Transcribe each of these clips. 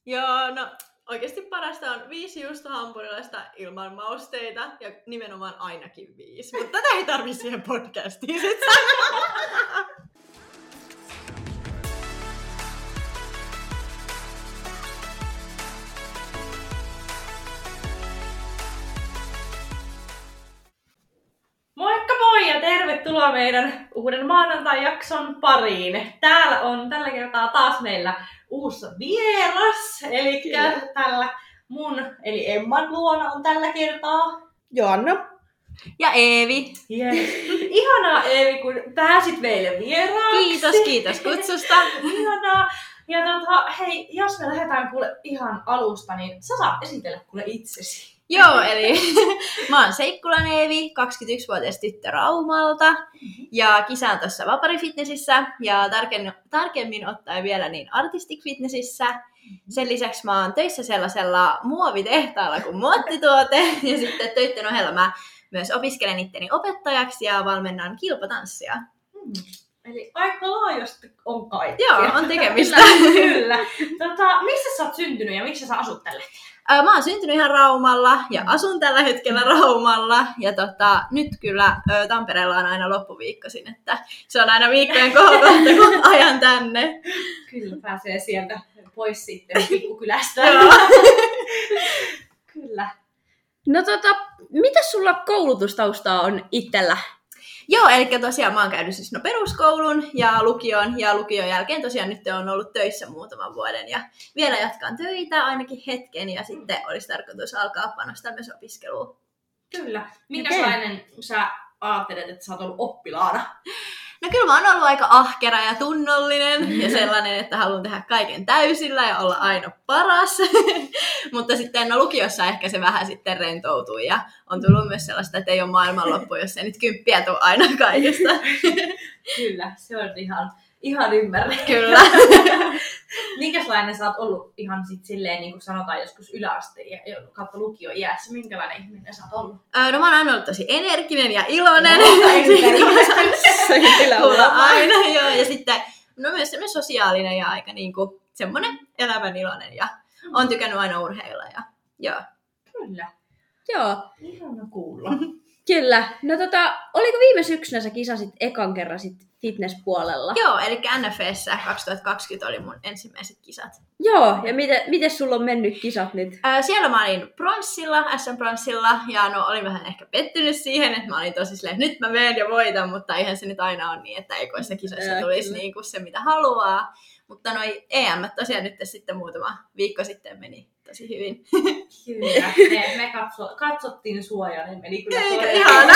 Joo, no oikeasti parasta on 5 juustohampurilaista ilman mausteita ja nimenomaan ainakin 5. Mutta tätä ei tarvitse siihen podcastiin sit sanoa. Moikka moi ja tervetuloa meidän uuden maanantai-jakson pariin. Täällä on tällä kertaa taas meillä uusi vieras, eli tällä eli Emman luona on tällä kertaa Joanna. Ja Eevi. Yes. Ihanaa Eevi, kun pääsit meille vieraaksi. Kiitos kutsusta. Ihanaa. Ja hei, jos me lähdetään kuule ihan alusta, niin sä saat esitellä kuule itsesi. Joo, eli mä oon Seikkulan Eevi, 21-vuotias tyttö Raumalta ja kisaan tuossa Vapari Fitnessissä ja tarkemmin ottaen vielä niin Artistic Fitnessissä. Sen lisäksi mä oon töissä sellaisella muovitehtaalla kuin Muottituote ja sitten töitten ohella mä myös opiskelen itteni opettajaksi ja valmennan kilpatanssia. Eli aika laajasti on kaikkea. Joo, on tekemistä. Kyllä. Missä sä oot syntynyt ja missä sä asut tällä hetkellä? Mä oon syntynyt ihan Raumalla ja asun tällä hetkellä Raumalla. Ja nyt kyllä Tampereella on aina loppuviikkoisin, että se on aina viikkojen kohokohta, kun ajan tänne. Kyllä, pääsee sieltä pois sitten pikkukylästä. Kyllä. No mitäs sulla koulutustaustaa on itsellä? Joo, eli tosiaan mä oon käynyt siis peruskoulun ja lukion jälkeen tosiaan nyt on ollut töissä muutaman vuoden ja vielä jatkan töitä ainakin hetken ja sitten olisi tarkoitus alkaa panostaa myös opiskeluun. Kyllä. Minkälainen sä ajattelet, että sä oot ollut oppilaana? No kyllä mä oon ollut aika ahkera ja tunnollinen ja sellainen, että haluan tehdä kaiken täysillä ja olla aina paras. Mutta sitten lukiossa ehkä se vähän sitten rentoutui ja on tullut myös sellaista, että ei ole maailmanloppu, jos ei nyt 10 tule aina kaikesta. Kyllä, se on ihan ymmärretty. Kyllä. Minkälainen sä oot ollut ihan sit silleen, niin kuin sanotaan joskus yläasteen ja kautta lukio iässä? Minkälainen ihminen sä oot ollut? No mä oon aina ollut tosi energinen ja iloinen. Kuulla aina, joo. Ja sitten myös semmoinen sosiaalinen ja aika niinku semmoinen elävän iloinen ja on tykännyt aina urheilla ja joo. Kyllä. Joo. Ihana kuulla. Kyllä. No oliko viime syksynä sä kisasit ekan kerran sit fitnesspuolella? Joo, eli NFE:ssä 2020 oli mun ensimmäiset kisat. Joo, ja miten sulla on mennyt kisat nyt? Siellä mä olin pronssilla, SM-pronssilla, ja olin vähän ehkä pettynyt siihen, että mä olin tosi silleen, nyt mä menen ja voitan, mutta eihän se nyt aina ole niin, että eikoissa kisoissa tulisi niinku se, mitä haluaa. Mutta noi EM tosiaan nyt sitten muutama viikko sitten meni tosi hyvin. Kyllä, me katsottiin sua ja ne meni kyllä ihana.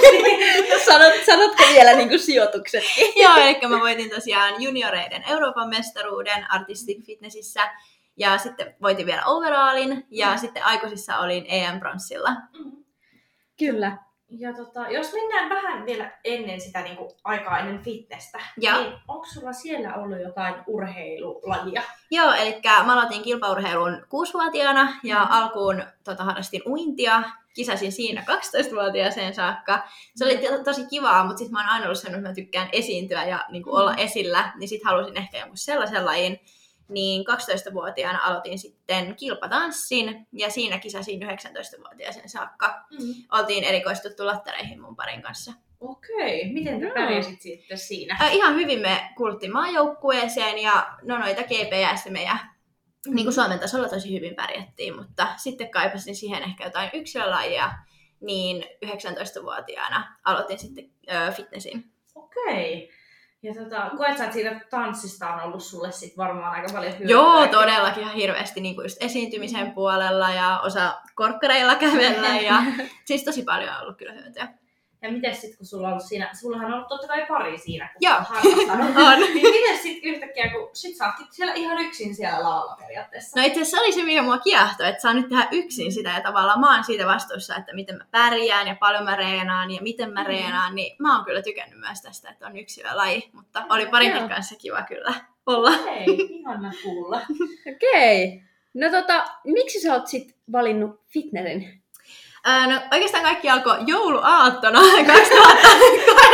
Sanotko vielä niinku sijoituksetkin? Joo, eli mä voitin tosiaan junioreiden Euroopan mestaruuden Artistic Fitnessissä ja sitten voitin vielä overallin ja sitten aikuisissa olin EM-pronssilla. Kyllä. Ja jos mennään vähän vielä ennen sitä niin kuin aikaa ennen fitnessä, niin onko sulla siellä ollut jotain urheilulajia? Joo, eli mä aloitin kilpaurheilun 6-vuotiaana ja alkuun harrastin uintia. Kisasin siinä 12-vuotiaaseen saakka. Se oli tosi kivaa, mutta sitten mä oon aina ollut sellainen, että mä tykkään esiintyä ja niin kuin olla esillä, niin sitten halusin ehkä jonkun sellaisen lajin. Niin 12-vuotiaana aloitin sitten kilpatanssin ja siinä kisasin 19-vuotiaaseen saakka. Oltiin erikoistuttu lattareihin mun parin kanssa. Okei, miten te pärjäsit sitten siinä? Ihan hyvin me kuuluttiin maajoukkueeseen ja noita GPS-mejä niin kuin Suomen tasolla tosi hyvin pärjättiin, mutta sitten kaipasin siihen ehkä jotain yksilölajia, niin 19-vuotiaana aloitin sitten fitnessin. Okei. Ja koet sä, että siitä tanssista on ollut sulle sit varmaan aika paljon hyötyä? Joo, todellakin ihan hirveästi niin kuin just esiintymisen puolella ja osa korkkareilla kävellä ja siis tosi paljon on ollut kyllä hyötyä. Ja miten sitten, kun sulla on ollut siinä, sullahan on ollut totta kai pari siinä, kun Joo. olet harrastanut. On. Niin miten sitten yhtäkkiä, kun sit sä ootkin siellä ihan yksin siellä lavalla periaatteessa? No itse asiassa se oli se, mikä mua kiehtoi, että saan nyt tehdä yksin sitä ja tavallaan mä oon siitä vastuussa, että miten mä pärjään ja paljon mä reenaan ja miten mä reenaan, niin mä oon kyllä tykännyt myös tästä, että on yksilölaji, mutta oli parinkin kanssa kiva kyllä olla. Hei, ihana kuulla. Okei. No miksi sä oot sit valinnut fitnessin? No oikeastaan kaikki alkoi jouluaattona 2018.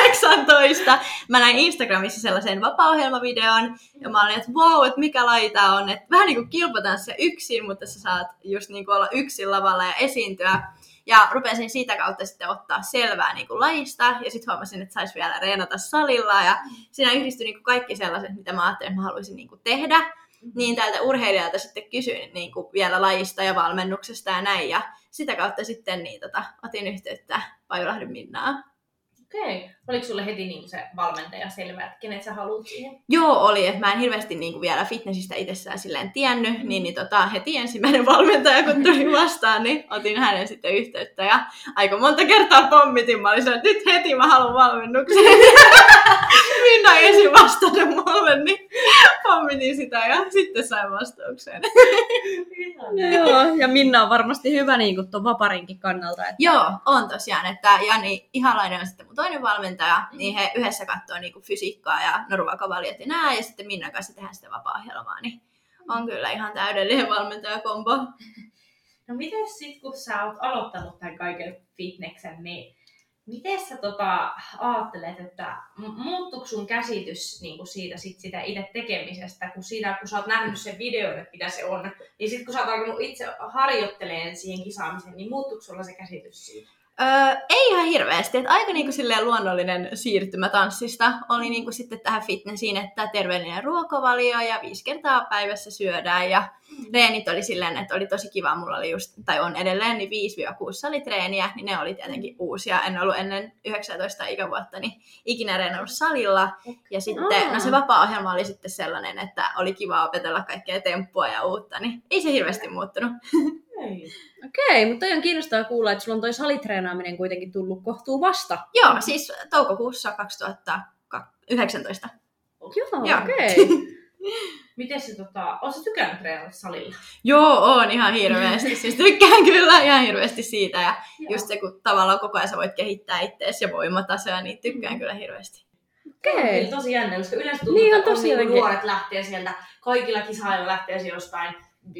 18 mä näin Instagramissa sellaisen vapaa-ohjelmavideon, ja mä olin, että wow, että mikä laji tää on, että vähän niin kuin kilpatanssia yksin, mutta sä saat just niin kuin olla yksin lavalla ja esiintyä. Ja rupesin siitä kautta sitten ottaa selvää niin kuin lajista, ja sitten huomasin, että saisi vielä reenata salilla, ja siinä yhdistyi niin kuin kaikki sellaiset, mitä mä ajattelin, että mä haluaisin niin kuin tehdä. Niin tältä urheilijalta sitten kysyin niin kuin vielä lajista ja valmennuksesta ja näin, ja sitä kautta sitten niin, otin yhteyttä Pajulahden Minnaan. Okei. Oliko sulle heti niin se valmentaja selvä, että kenet sä haluat siihen? Joo, oli. Että mä en hirveästi niin kuin vielä fitnessistä itsessään silleen tiennyt, niin heti ensimmäinen valmentaja, kun tuli vastaan, niin otin hänen sitten yhteyttä. Ja aika monta kertaa pommitin. Mä olin sanonut, että nyt heti mä haluan valmennukseen. Minna ensin vastannut mulle, niin pommitin sitä ja sitten sain vastauksen. Joo, ja Minna on varmasti hyvä niin kuin ton vaparinkin kannalta. Että... Joo, on tosiaan, että Jani Ihalainen on sitten mun toinen valmentaja, niin he yhdessä katsoo niin kuin fysiikkaa ja ruokavaliot ja nää, ja sitten Minnan kanssa tehdään sitä vapaa-ohjelmaa, niin on kyllä ihan täydellinen valmentajakombo. No miten sit, kun sä oot aloittanut tämän kaiken fitneksen, niin miten sä ajattelet, että muuttuuko sun käsitys niin kuin siitä sitä itse tekemisestä, kun sä oot nähnyt sen videon, että mitä se on, niin sit kun sä oot alkanut itse harjoittelemaan siihen kisaamiseen, niin muuttuuko sulla se käsitys siitä? Ei ihan hirveästi. Että aika niinku silleen luonnollinen siirtymä tanssista oli niinku sitten tähän fitnessiin, että terveellinen ruokavalio ja 5 kertaa päivässä syödään. Ja treenit oli silleen, että oli tosi kiva. Mulla oli just, tai on edelleen, niin 5-6 salitreeniä, niin ne oli tietenkin uusia. En ollut ennen 19 ikävuotta niin ikinä reenannut salilla. Ja sitten, no se vapaa-ohjelma oli sitten sellainen, että oli kiva opetella kaikkea temppua ja uutta, niin ei se hirveästi muuttunut. Okei, mutta toi on kiinnostavaa kuulla, että sulla on toi salitreenaaminen kuitenkin tullut kohtuu vasta. Joo, siis toukokuussa 2019. Joo. Okei. Miten se oot sä tykännyt treenata salilla? Joo, on ihan hirveästi. Siis tykkään kyllä ihan hirveästi siitä. Ja just se, kun tavallaan koko ajan sä voit kehittää itseäsi ja voimatasoja, niin tykkään kyllä hirveästi. Okei. On tosi jännä, koska yleensä tuntuu, Niin on että tosiaankin. nuoret lähtee sieltä, kaikilla kisailla lähtee sieltä jostain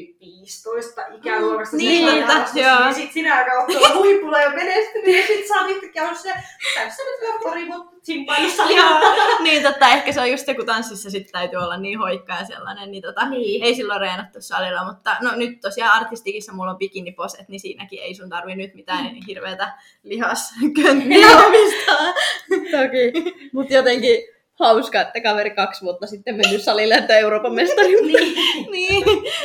15 ikäluokasta. Ja sit sinä kautta huipulla jo menestynyt ja sit sä oot yhtäkkiä ollut se, tässä nyt vielä pari vuotta simpailussa. Niin ehkä se on just se, kun tanssissa sit täytyy olla niin hoikka ja sellainen, niin, niin. ei silloin reenattu salilla, mutta no nyt tosiaan artistikissa mulla on bikiniposet, niin siinäkin ei sun tarvi nyt mitään hirveätä lihaskönttiä omistaa. Toki, mutta jotenkin hauska, että kaveri 2 vuotta sitten mennyt salille, että Euroopan mestari. Niin.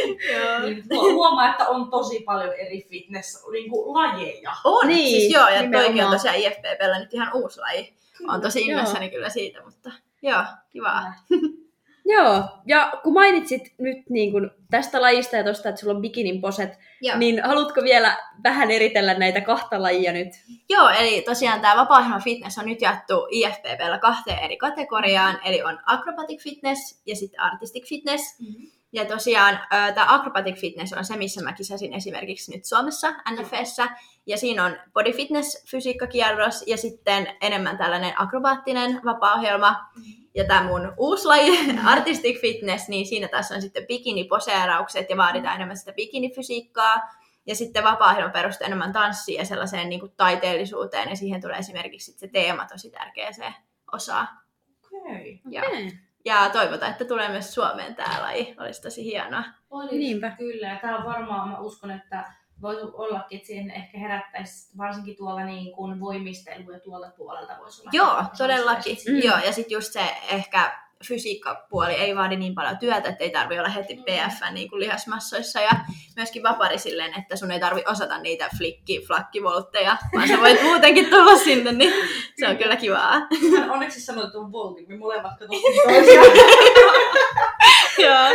Huomaa, että on tosi paljon eri fitness-lajeja. On, Niin, siis joo, ja nimenomaan. toikin on tosiaan IFBB:llä nyt ihan uusi laji. Olen tosi innoissani kyllä siitä, mutta joo, kivaa. Joo, ja kun mainitsit nyt niin kun tästä lajista ja tosta, että sulla on bikinin poset, niin haluatko vielä vähän eritellä näitä 2 lajia nyt? Joo, eli tosiaan tämä vapaa-ohjelma fitness on nyt jaettu IFBB:llä 2 eri kategoriaan, eli on acrobatic fitness ja sitten artistic fitness. Mm-hmm. Ja tosiaan tämä acrobatic fitness on se, missä mä kisasin esimerkiksi nyt Suomessa, NF:ssä. Ja siinä on body fitness, fysiikkakierros ja sitten enemmän tällainen akrobaattinen vapaa-ohjelma. Ja tämä mun uusi laji, artistic fitness, niin siinä taas on sitten bikiniposeeraukset ja vaaditaan enemmän sitä bikinifysiikkaa. Ja sitten vapaa-ohjelma perustuu enemmän tanssiin ja sellaiseen niin kuin taiteellisuuteen. Ja siihen tulee esimerkiksi se teema tosi tärkeäseen osaan. Okei. Ja toivotaan, että tulee myös Suomeen tämä laji. Olisi tosi hienoa. Niinpä. Kyllä, ja tämä on varmaan, mä uskon, että voi ollakin, että siihen ehkä herättäisi varsinkin tuolla niin kuin voimistelu ja tuolta puolelta voisi olla. Joo, todellakin. Joo, ja sitten just se ehkä fysiikkapuoli ei vaadi niin paljon työtä, että ei tarvitse olla heti PF niin kuin lihasmassoissa. Ja myöskin vapari silleen, että sun ei tarvitse osata niitä flakkivoltteja, vaan sä voit muutenkin tulla sinne, niin se on kyllä kivaa. Onneksi sanoit tuon voltin, me molemmat katsottiin toisiaan. Joo.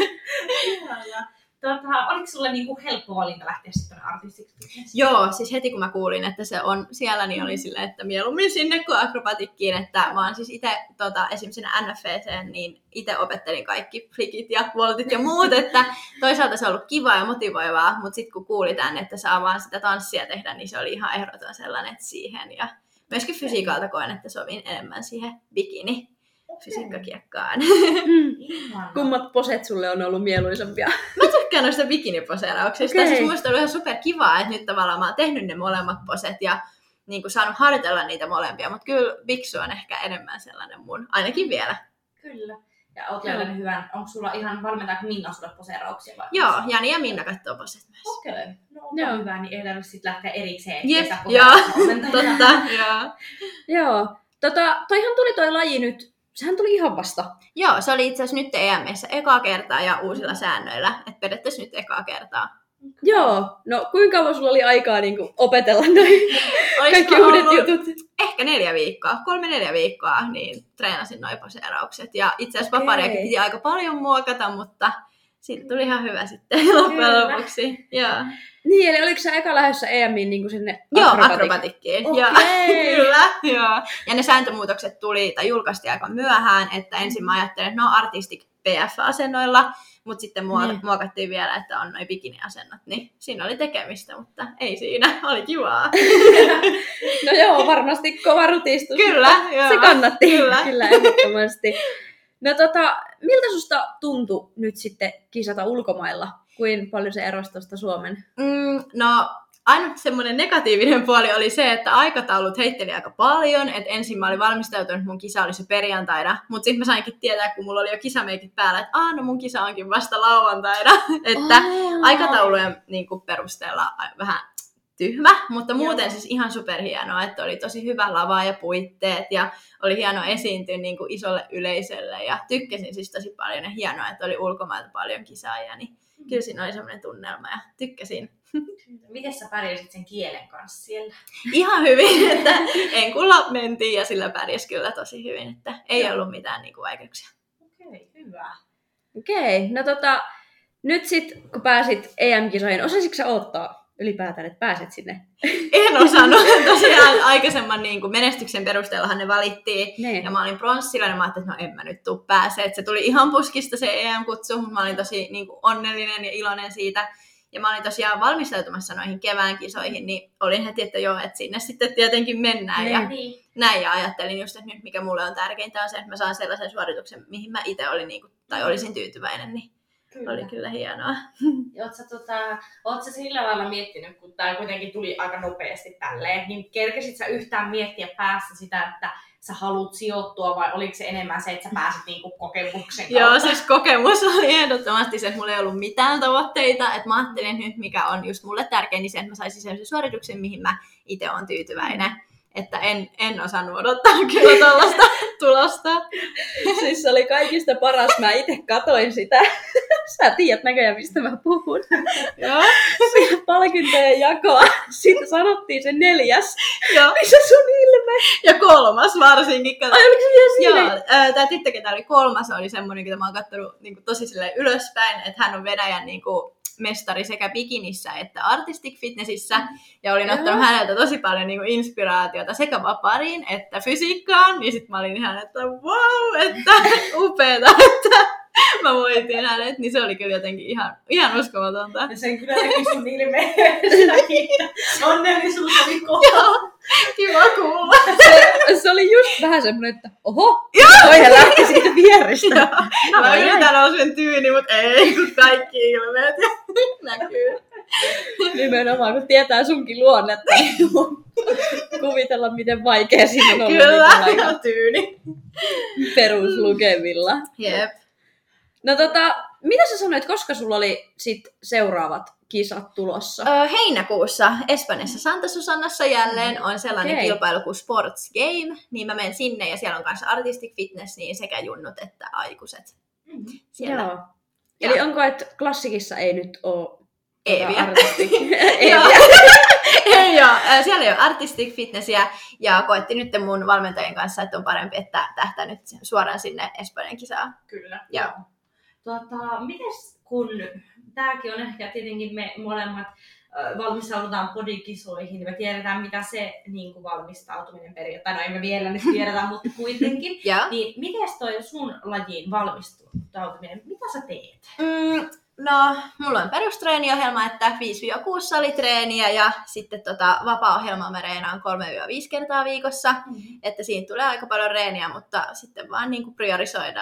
Oliko sulle niinku helppo valinta lähteä sitten artistiksi? Joo, siis heti kun mä kuulin, että se on siellä, niin oli silleen, että mieluummin sinne kuin akrobatikkiin. Että mä oon siis itse esimerkiksi NFC:seen, niin itse opettelin kaikki flikit ja voltit ja muut. Että toisaalta se on ollut kivaa ja motivoivaa, mutta sitten kun kuuli tänne, että saa vaan sitä tanssia tehdä, niin se oli ihan ehdoton sellainen siihen. Ja myöskin fysiikalta koen, että sovin enemmän siihen bikini. Fysiikkakiekkaan. Kummat poset sulle on ollut mieluisampia? Mä tykkään noista bikiniposeerauksista. Okay. Siis musta oli ihan superkivaa, että nyt tavallaan mä oon tehnyt ne molemmat poset ja niin kuin saanut harjoitella niitä molempia, mutta kyllä biksu on ehkä enemmän sellainen mun, ainakin vielä. Kyllä. Ja oot löytänyt hyvän, onko sulla ihan valmentaako Minna sulle poseerauksia vai? Joo, Jani ja Minna katsoo poset myös. Okei, no onpa hyvä, niin ei tarvitse sitten lähteä erikseen. Jep, joo, totta, joo. Toihan tuli toi laji nyt, sehän tuli ihan vasta. Joo, se oli itse asiassa nyt EM:ssä ekaa kertaa ja uusilla säännöillä, että periaatteessa nyt ekaa kertaa. Joo, no kuinka kauan sulla oli aikaa niin kuin opetella noin kaikki uudet jutut? Ehkä 4 viikkoa, 3-4 viikkoa, niin treenasin noi poseeraukset. Ja itse asiassa vapariakin piti aika paljon muokata, mutta siitä tuli ihan hyvä sitten loppujen lopuksi. Joo. Niin, eli oliko sä eka lähdössä EM:iin niin kuin sinne akrobatikkiin? Okei. Kyllä, joo. Ja ne sääntömuutokset julkaistiin aika myöhään, että ensin mä ajattelin, että artistic PF-asennoilla, mutta sitten muokattiin vielä, että on noi bikini-asennot, niin siinä oli tekemistä, mutta ei siinä, oli kivaa. No joo, varmasti kova rutistus. Kyllä, joo. Se kannatti, kyllä ehdottomasti. No miltä susta tuntui nyt sitten kisata ulkomailla? Kuinka paljon se erosi tuosta Suomen? No, ainut semmoinen negatiivinen puoli oli se, että aikataulut heitteli aika paljon. Et ensin mä olin valmistautunut, että mun kisa oli se perjantaina. Mutta sitten mä sainkin tietää, kun mulla oli jo kisameikit päällä, että no mun kisa onkin vasta lauantaina. Että aikataulujen perusteella vähän tyhmä, mutta muuten siis ihan superhienoa, että oli tosi hyvä lava ja puitteet ja oli hienoa esiintyä isolle yleisölle ja tykkäsin siis tosi paljon ja hienoa, että oli ulkomailta paljon kisaajia, niin kyllä siinä oli semmoinen tunnelma ja tykkäsin. Miten sä pärjäsit sen kielen kanssa siellä? Ihan hyvin, että enkulla mentiin ja sillä pärjäsi kyllä tosi hyvin, että ei ollut mitään vaikeuksia. Okei, hyvä. Okei, no nyt sit kun pääsit EM-kisoihin, osasitko sä odottaa ylipäätään, että pääset sinne? En osannut. Tosiaan aikaisemman menestyksen perusteellahan ne valittiin. Ne. Ja mä olin pronssilla ja mä ajattelin, että en mä nyt tuu pääsee. Se tuli ihan puskista se EM-kutsu, mutta mä olin tosi onnellinen ja iloinen siitä. Ja mä olin tosiaan valmistautumassa noihin kevään kisoihin, niin olin heti, että joo, että sinne sitten tietenkin mennään. Ja näin, ja ajattelin just, että nyt mikä mulle on tärkeintä on se, että mä saan sellaisen suorituksen, mihin mä itse olin, tai olisin tyytyväinen, niin kyllä. Oli kyllä hienoa. Oot sä sillä lailla miettinyt, kun tää kuitenkin tuli aika nopeasti tälleen, niin kerkesit sä yhtään miettiä päässä sitä, että sä haluat sijoittua vai oliko se enemmän se, että sä pääsit kokemuksen kautta? Joo, siis kokemus oli ehdottomasti se, että mulla ei ollut mitään tavoitteita. Että mä ajattelin nyt, mikä on just mulle tärkein, niin se, että mä saisin sellaisen suorituksen, mihin mä itse olen tyytyväinen. Että en osannut odottaa kyllä tällaista tulosta. Siis se oli kaikista paras. Mä itse katoin sitä. Sä tiedät näköjään, mistä mä puhun. Joo. Siitä palkintojen jakoa. Siitä sanottiin se 4. Joo. Missä sun ilme? Ja 3 varsinkin. Ai, oliko se vielä siinä? Joo. Tää tyttö, ketä oli 3, oli semmoinen, mitä mä oon kattonut tosi ylöspäin. Että hän on Venäjän mestari sekä bikinissä että artistic fitnessissä. Ja olin ottanut häneltä tosi paljon inspiraatiota sekä vapariin että fysiikkaan. Niin sit mä olin ihan, että wow, että upeeta, että mä voitin hänet. Niin se oli kyllä jotenkin ihan uskomatonta. Ja sen kyllä teki sun ilmeessäkin. Onnellisuus oli kova. Kiva kuulla. Se oli just vähän semmoinen, että oho, toihan lähti siitä vierestä. Mä yritän olla sen tyyni, mutta ei, kun kaikki ilmeet näkyy. Nimenomaan, kun tietää sunkin luonnetta, niin kuvitella, miten vaikea siinä on ollut. Kyllä, ihan tyyni. Peruslukemilla. Jep. No mitä sä sanoit, koska sulla oli sit seuraavat kisat tulossa? Heinäkuussa Espanjassa Santa Susannassa jälleen on sellainen kilpailu kuin Sports Game, niin mä menen sinne ja siellä on kanssa artistic fitness, niin sekä junnut että aikuiset. Siellä. Joo. Eli onko, että klassikissa ei nyt ole Eeviä. Eeviä. Ei ole. Siellä ei ole artistic fitnessiä ja koettiin nyt mun valmentajien kanssa, että on parempi, että tähtää nyt suoraan sinne Espanjan kisaan. Kyllä. Joo. Mites kun tämäkin on ehkä tietenkin me molemmat valmistaudutaan bodykisoihin, niin me tiedetään mitä se valmistautuminen periaatteessa, no emme vielä nyt tiedetä, mutta kuitenkin. Niin mites toi sun lajiin valmistautuminen, mitä sä teet? No, mulla on perustreeniohjelma, että 5-6 salitreeniä ja sitten vapaa-ohjelmaa mä reenaan 3-5 kertaa viikossa. Että siinä tulee aika paljon reeniä, mutta sitten vaan priorisoidaan ja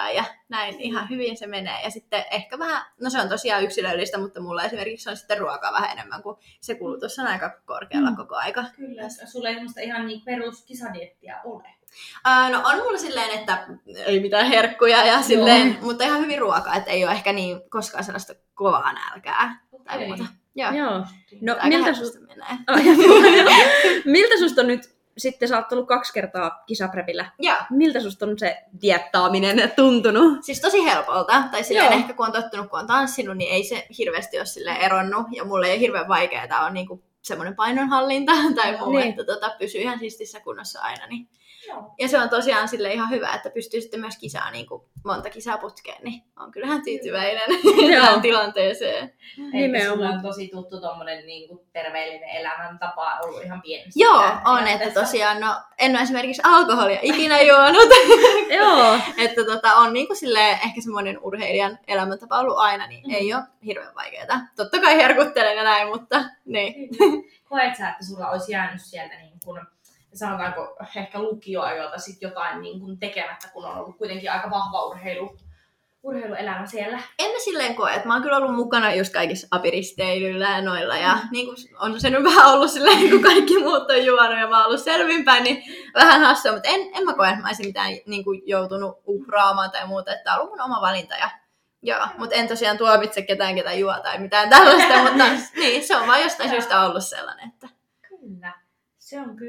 näin ihan hyvin se menee. Ja sitten ehkä vähän, no se on tosiaan yksilöllistä, mutta mulla esimerkiksi on sitten ruokaa vähän enemmän, kuin se kulutus on aika korkealla koko aika. Kyllä, sulla ei semmoista ihan niin peruskisadiettiä ole. No on mulla silleen, että ei mitään herkkuja ja silleen, mutta ihan hyvin ruokaa, että ei ole ehkä niin koskaan sellaista kovaa nälkää tai muuta. Joo. No menee. Miltä susta on nyt, sitten sä oot ollut 2 kertaa kisaprepillä. Joo. Miltä susta on se diettaaminen tuntunut? Siis tosi helpolta. Tai silleen ehkä kun on tottunut, kun on tanssinut, niin ei se hirveästi ole silleen eronnut. Ja mulle ei ole hirveän vaikeaa on niinku semmoinen painonhallinta tai muu, että pysyy ihan siistissä kunnossa aina. Niin. Ja se on tosiaan sille ihan hyvä, että pystyy sitten myös kisaan niin kuin monta kisaa putkeen, niin on kyllähän tyytyväinen tähän tilanteeseen. Eikö sulla on tosi tuttu tommonen niin kuin terveellinen elämäntapa ollut ihan pienestä? Joo, on, että tosiaan en ole esimerkiksi alkoholia ikinä juonut. Joo. Että on niin kuin silleen, ehkä semmoinen urheilijan elämäntapa ollut aina, niin ei ole hirveän vaikeaa. Totta kai herkuttelen ja näin, mutta niin. Koet sä, että sulla olisi jäänyt sieltä niin kuin, sanotaanko ehkä lukioajoilta sit jotain niin kuin tekemättä, kun on ollut kuitenkin aika vahva urheiluelämä siellä? En mä silleen koe, että mä oon kyllä ollut mukana just kaikissa apiristeilyillä ja noilla. Ja niin kuin on se nyt vähän ollut silleen, kun kaikki muut on juonut ja mä oon ollut selvinpäin, niin vähän hassua. Mutta en mä koe, että mä olisin mitään niin kuin joutunut uhraamaan tai muuta. Että tää on ollut mun oma valinta. Joo, mutta en tosiaan tuomitse ketään, ketä juo tai mitään tällaista. Mutta niin, se on vaan jostain syystä ollut sellainen. Että... Kyllä. Se on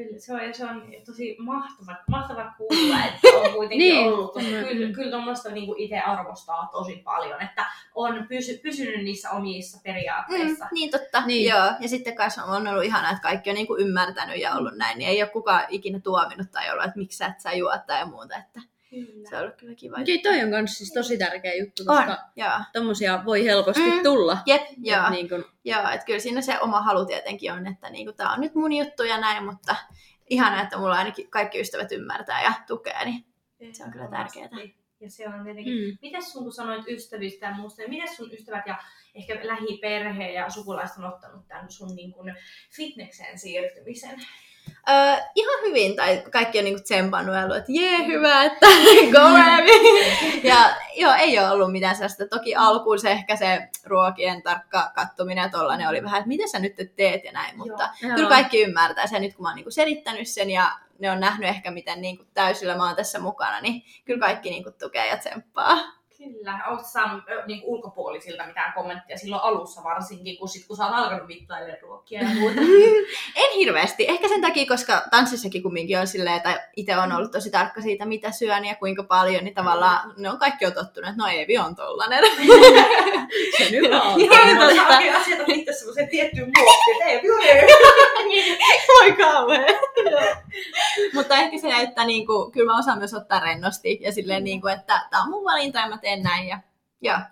tosi mahtava kuulla, että on kuitenkin ollut. Kyllä tuommoista niin itse arvostaa tosi paljon, että on pysynyt niissä omissa periaatteissa. Niin totta, joo. Ja sitten kanssa on ollut ihanaa, että kaikki on niin kuin ymmärtänyt ja ollut näin. Niin ei ole kukaan ikinä tuominut tai ollut, että miksi sä et sä juot tai muuta. Että se on ollut kyllä kiva. Kyllä toi on myös siis tosi tärkeä juttu, koska tommosia voi helposti tulla. Jep, joo. Niin kun... Joo, että kyllä siinä se oma halu tietenkin on, että niin tää on nyt mun juttu ja näin, mutta ihanaa, että mulla ainakin kaikki ystävät ymmärtää ja tukee, niin se on kyllä tärkeää. Ja se on tietenkin. Mites sun, kun sanoit ystävistä ja muusta, niin mites sun ystävät ja ehkä lähiperhe ja sukulaiset on ottanut tämän sun niin kun fitnekseen siirtymisen? Ihan hyvin, tai kaikki on niinku tsempannut ja ollut, että jee, hyvä, että go Evi! Ja joo, ei ole ollut mitään sellaista. Toki alkuun se ehkä se ruokien tarkka kattominen ja tollainen oli vähän, että mitä sä nyt teet ja näin, mutta kyllä kaikki ymmärtää sen nyt, kun mä oon niinku selittänyt sen ja ne on nähnyt ehkä, miten niinku täysillä mä oon tässä mukana, niin kyllä kaikki niinku tukee ja tsemppaa. Kyllä. Oletko saanut niin ulkopuolisilta mitään kommenttia silloin alussa varsinkin, kun sä oot alkanut mittailemaan ruokia ja muuta? En hirveästi. Ehkä sen takia, koska tanssissakin kumminkin on silleen, että itse on ollut tosi tarkka siitä, mitä syön ja kuinka paljon, niin tavallaan ne on kaikki jo tottunut, että no Eevi on tollanen. Se nyt on. Asiat on itse semmoisen tiettyyn muottiin, että Eevi on Eevi. Voi kauhean. Mutta ehkä se, että niinku, kyllä mä osaan myös ottaa rennosti ja silleen, niinku, että tää on mun valinta ja mä teen näin. Ja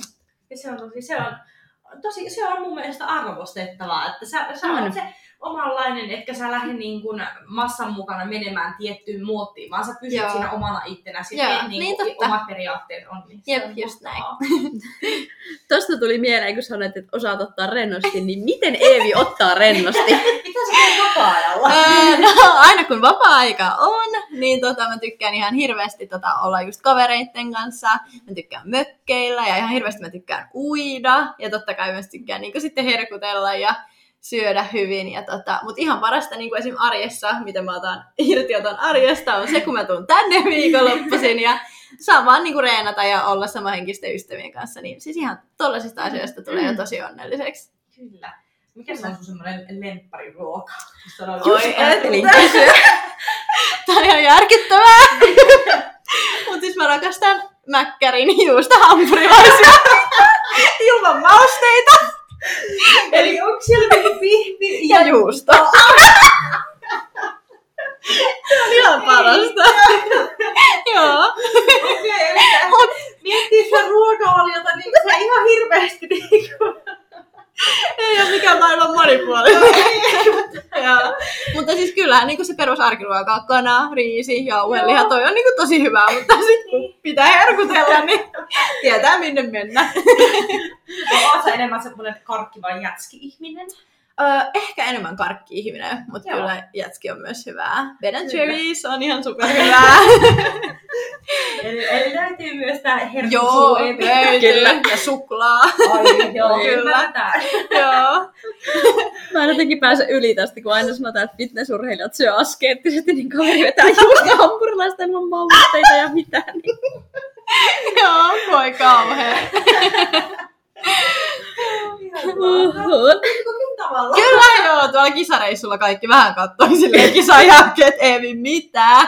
se on mun mielestä arvostettavaa, että sä olet se omanlainen, etkä sä lähde niin kuin massan mukana menemään tiettyyn muottiin, vaan sä pysyt siinä omana ittenäsi. Niin omat periaatteet on. Niin jep, just näin. Tosta tuli mieleen, kun sanoit, että osaat ottaa rennosti, niin miten Eevi ottaa rennosti? Mitä sä teet vapaa-ajalla? Aina kun vapaa-aika on, niin mä tykkään ihan hirveästi olla just kavereitten kanssa. Mä tykkään mökkeillä ja ihan hirveästi mä tykkään uida. Ja totta kai myös tykkään niin sitten herkutella ja syödä hyvin. Mutta ihan parasta niin esim. Arjessa, miten mä otan arjesta, on se, kun mä tuun tänne viikonloppuisin ja saan vaan niin reenata ja olla samahenkisten ystävien kanssa. Niin siis ihan tollasista asioista tulee jo tosi onnelliseksi. Kyllä. Mikä se on sun semmoinen lemppariruoka? Oi, tää on ihan järkyttävää. Mut siis mä rakastan mäkkärin juustohampurilaisia ilman mausteita. Eli onko siellä niinku pihvi ja juusto? Se on ihan parasta. Joo. Miettii sitä ruokavaliota, niin sä ihan hirveästi niinku... Ei ole mikään maailman monipuolinen. Mutta siis kyllähän niin se perusarkiruoka, kana, riisi, jauheliha, toi on niin tosi hyvää, mutta sitten kun pitää herkutella, niin tietää minne mennä. Oletko sä enemmän semmoinen karkki vai jätski-ihminen? Ehkä enemmän karkki-ihminen, mutta Joo. kyllä jätski on myös hyvää. Ben & Jerry's on ihan superhyvää. Eli löytyy myös tää herkkuu. Joo, kyllä. Ja suklaa. Ai, joo, Kyllä. Tää. Joo. Mä en jotenkin pääse yli tästä, kun aina sanotaan, että fitnessurheilijat syö askeettisesti, niin kaveri vetää just hampurilaista ilman mausteita ja mitään. Niin. Joo, voi kauhea. Tavallaan. Kyllä joo, tuolla kisareissulla kaikki vähän kattoi silleen kisan jälkeen, että ei mitään.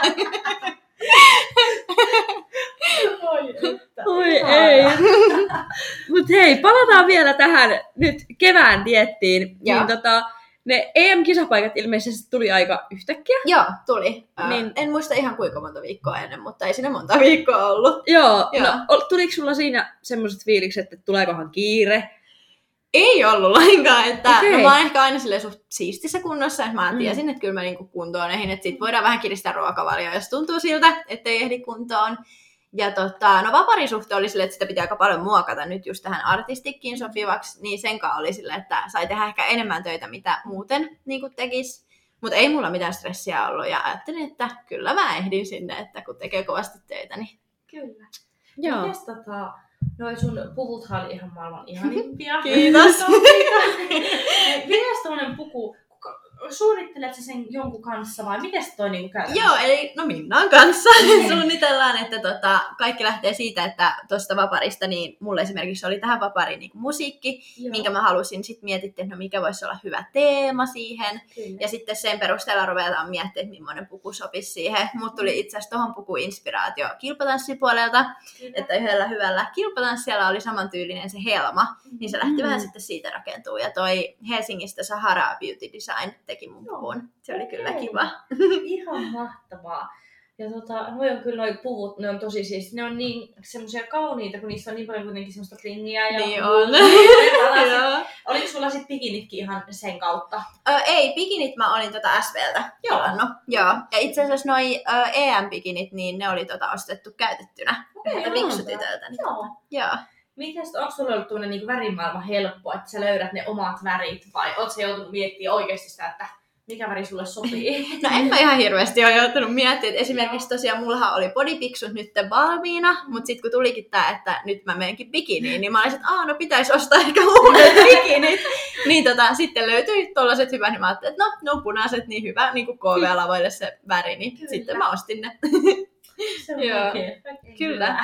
Oi ei. Mut hei, palataan vielä tähän nyt kevään diettiin. Joo. Niin ne EM-kisapaikat ilmeisesti tuli aika yhtäkkiä. Joo, tuli. Niin. En muista ihan kuinka monta viikkoa ennen, mutta ei siinä monta viikkoa ollut. Joo. Joo. No, tuliko sulla siinä semmoiset fiilikset, että tuleekohan kiire? Ei ollut lainkaan, että Okei. no, mä oon ehkä aina silleen suht siistissä kunnossa, että mä tiesin, että kyllä mä niinku kuntoon ehdin, että sit voidaan vähän kiristää ruokavalioa, jos tuntuu siltä, ettei ehdi kuntoon. Ja no vaparin suhteen oli silleen, että sitä pitää aika paljon muokata nyt just tähän artistikkiin sopivaksi, niin senkaan oli silleen, että sai tehdä ehkä enemmän töitä, mitä muuten niin tekisi. Mutta ei mulla mitään stressiä ollut ja ajattelin, että kyllä mä ehdin sinne, että kun tekee kovasti töitä, niin... Kyllä. Joo. Mites noi sun puvuthan oli ihan maailman ihanimpia. Kiitos. Mites tommonen puku, suunnittelet sä sen jonkun kanssa vai mites toi niinku käytännössä? Joo, eli no Minnan kanssa suunnitellaan, että kaikki lähtee siitä, että tuosta vaparista, niin mulle esimerkiksi oli tähän vapariin niin musiikki, Joo. minkä mä halusin, sitten mietittiin, että no mikä voisi olla hyvä teema siihen, Kyllä. ja sitten sen perusteella ruvetaan miettimään, että millainen puku sopisi siihen. Mut tuli itse asiassa tuohon pukuun inspiraatio kilpatanssipuolelta, että yhdellä hyvällä kilpatanssijalla oli samantyylinen se helma, niin se lähti vähän sitten siitä rakentuu, ja toi Helsingistä Sahara Beauty Design teki mun puvun. Se oli kyllä kiva. Ihan mahtavaa. Ja noi on kyllä noi puvut, ne on tosi siis, ne on niin semmoisia kauniita, kun niissä on niin paljon kuitenkin semmoista klingiä. Ja Niin on. Joo. Oliko sulla sit bikinitkin ihan sen kautta? Ei, bikinit mä olin SVltä tilannut. Joo. Ja itse asiassa noi EM-bikinit, niin ne oli ostettu käytettynä yhdeltä viksutytöltä. Niin joo. Mites, onko sulla ollut tuonne niin värimaailma helppo, että sä löydät ne omat värit, vai oot sä joutunut miettimään oikeasti sitä, että mikä väri sulle sopii? No en mä ihan hirveästi ole joutunut miettimään, että esimerkiksi tosiaan mullahan oli bodypiksut nyt valmiina, mutta sitten kun tulikin tää, että nyt mä menenkin bikiniin, niin mä olisin, että no pitäisi ostaa ehkä uudet bikinit. Niin sitten löytyi tollaset hyvät, niin mä ajattelin, että ne on punaiset, niin hyvä niin kuin KV-lavoille se väri, niin Kyllä. sitten mä ostin ne. Se on Joo. oikein Kyllä.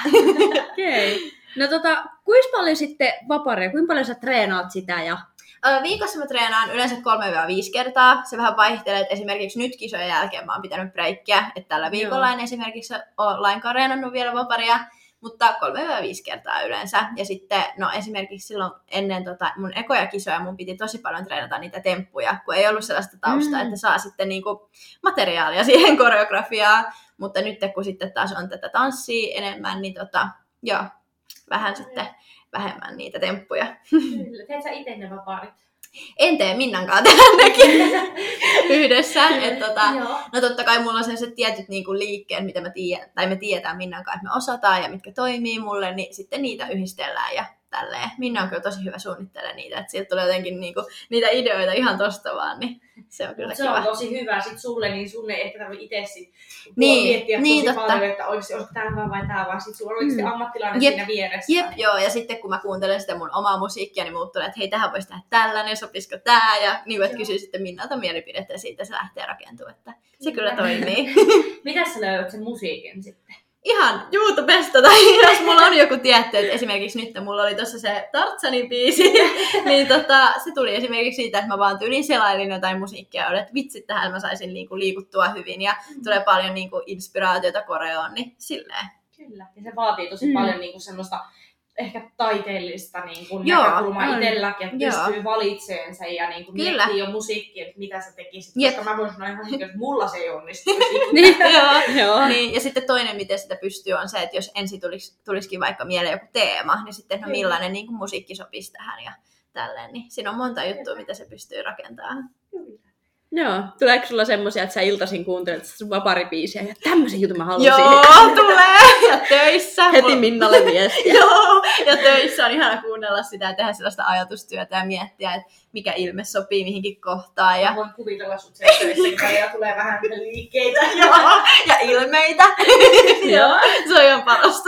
Okei. No kuinka paljon sitten vaparia, kuinka paljon sä treenaat sitä ja... Viikossa mä treenaan yleensä 3-5 kertaa. Se vähän vaihtelee, että esimerkiksi nyt kisojen jälkeen mä oon pitänyt breikkiä, että tällä viikolla en esimerkiksi ole lainkaan treenannut vielä vaparia, mutta 3-5 kertaa yleensä. Ja sitten esimerkiksi silloin ennen mun ekoja kisoja mun piti tosi paljon treenata niitä temppuja, kun ei ollut sellaista taustaa, että saa sitten niinku materiaalia siihen koreografiaan. Mutta nyt kun sitten taas on tätä tanssia enemmän, niin joo, vähän sitten vähemmän niitä temppuja. Kyllä. Teet sä ite ne vapaarit? En tee Minnankaan tehdä nekin yhdessä. Joo. No totta kai mulla on sellaiset tietyt niinku liikkeet, mitä me tiedetään Minnankaan, että me osataan ja mitkä toimii mulle, niin sitten niitä yhdistellään ja tälleen. Minna on kyllä tosi hyvä suunnittelemaan niitä, että sieltä tulee jotenkin niinku niitä ideoita ihan tosta vaan, niin se on kyllä se kiva. on tosi hyvä sit sulle, niin sun ei ehkä tarvitse itse Niin, miettiä tosi totta. paljon, että olisiko tää hyvä vai tää, vaan sit sulla on oikeasti ammattilainen siinä vieressä. Jep, joo, ja sitten kun mä kuuntelen sitä mun omaa musiikkia, niin muut tulee, että hei, tähän voisi tehdä tällainen, sopisiko tää, ja niin että kysyy sitten Minnalta mielipidettä, ja siitä se lähtee rakentumaan, että se kyllä toimii. Mitä sä löydät sen musiikin sitten? Ihan YouTubesta, tai jos mulla on joku tietty, että esimerkiksi nyt mulla oli tuossa se Tartsanin biisi, niin se tuli esimerkiksi siitä, että mä vaan tyylin selailin jotain musiikkia, että vitsit, tähän mä saisin liikuttua hyvin, ja tulee paljon inspiraatiota koreoon, niin silleen. Kyllä, ja se vaatii tosi paljon semmoista ehkä taiteellista näkökulmaa itselläkin, että pystyy valitsemaan sen ja miettii jo musiikkia, että mitä sä tekisit, koska mä voin sanoa ihan että mulla se ei onnistuisi. Niin, ja sitten toinen, miten sitä pystyy, on se, että jos ensin tulisikin vaikka mieleen joku teema, niin sitten millainen musiikki sopisi tähän ja tälleen, niin siinä on monta juttua, mitä se pystyy rakentamaan. Kyllä. Joo. Tuleeko sulla semmosia, että sä iltaisin kuuntelet sun vaparibiisiä ja tämmöisen jutun mä halusin? Joo, tulee! Ja töissä. Heti Minnalle viestiä. Joo, ja töissä on ihana kuunnella sitä ja tehdä sellaista ajatustyötä ja miettiä, että mikä ilme sopii mihinkin kohtaan. Ja... Mä voin kuvitella sut sen töissä ja tulee vähän liikkeitä. Joo, ja ilmeitä. Joo, se on ihan parasta.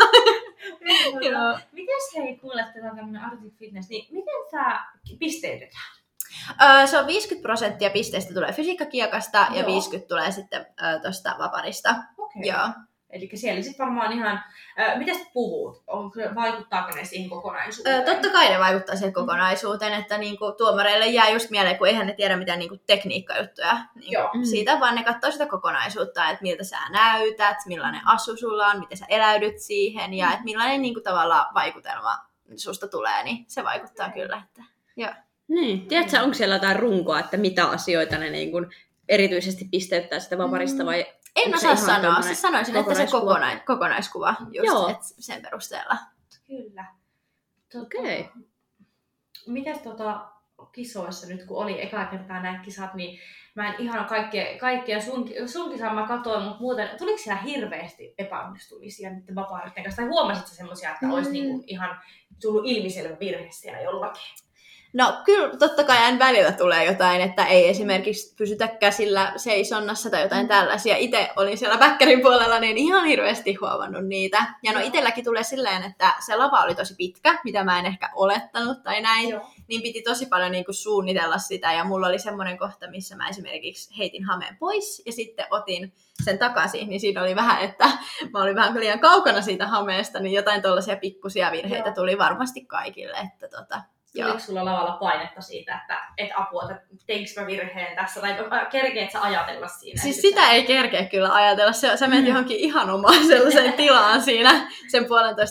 Mites hei, kuulet tätä tämmönen Arctic Fitness, niin miten sä pisteytetään? Se on 50% pisteistä tulee fysiikkakiekasta ja 50% tulee sitten tuosta vaparista. Okei. Joo. Eli siellä sitten varmaan ihan... Mitäs puvut? Vaikuttaako ne siihen kokonaisuuteen? Totta kai ne vaikuttaa siihen kokonaisuuteen, että niinku tuomareille jää just mieleen, kun eihän ne tiedä mitään niinku tekniikkajuttuja siitä, vaan ne katsoo sitä kokonaisuutta, että miltä sä näytät, millainen asu sulla on, miten sä eläydyt siihen ja että millainen niinku tavallaan vaikutelma susta tulee, niin se vaikuttaa kyllä. Että, joo. Niin. Tiedätkö, onko siellä jotain runkoa, että mitä asioita ne niin kuin erityisesti pisteyttää sitä vaparista vai... En osaa sanoa. Siis sanoisin, että se kokonaiskuva just et sen perusteella. Kyllä. Okei. Mites kisoissa nyt, kun oli eka kertaa nämä kisat, niin mä en ihan kaikkia sun kisaa mä katsoin, mutta muuten, tuliko siellä hirveästi epäonnistumisia niiden vapaaritten kanssa? Tai huomasitko semmoisia, että olisi niinku ihan tullut ilmiselvä virhe siellä jollakin? No kyllä totta kai aina välillä tulee jotain, että ei esimerkiksi pysytä käsillä seisonnassa tai jotain tällaisia. Itse olin siellä bäkkärin puolella, niin ihan hirveästi huomannut niitä. Ja no itselläkin tulee silleen, että se lava oli tosi pitkä, mitä mä en ehkä olettanut tai näin. Joo. Niin piti tosi paljon niin kuin suunnitella sitä. Ja mulla oli semmoinen kohta, missä mä esimerkiksi heitin hameen pois ja sitten otin sen takaisin. Niin siinä oli vähän, että mä olin vähän liian kaukana siitä hameesta, niin jotain tollaisia pikkusia virheitä tuli varmasti kaikille. Että Tuliko sulla lavalla painetta siitä, että apua, että teinkö mä virheen tässä, tai kerkeet sä ajatella siinä? Siis sitä ei kerkeä kyllä ajatella. Sä menet johonkin ihan omaan sellaiseen tilaan siinä sen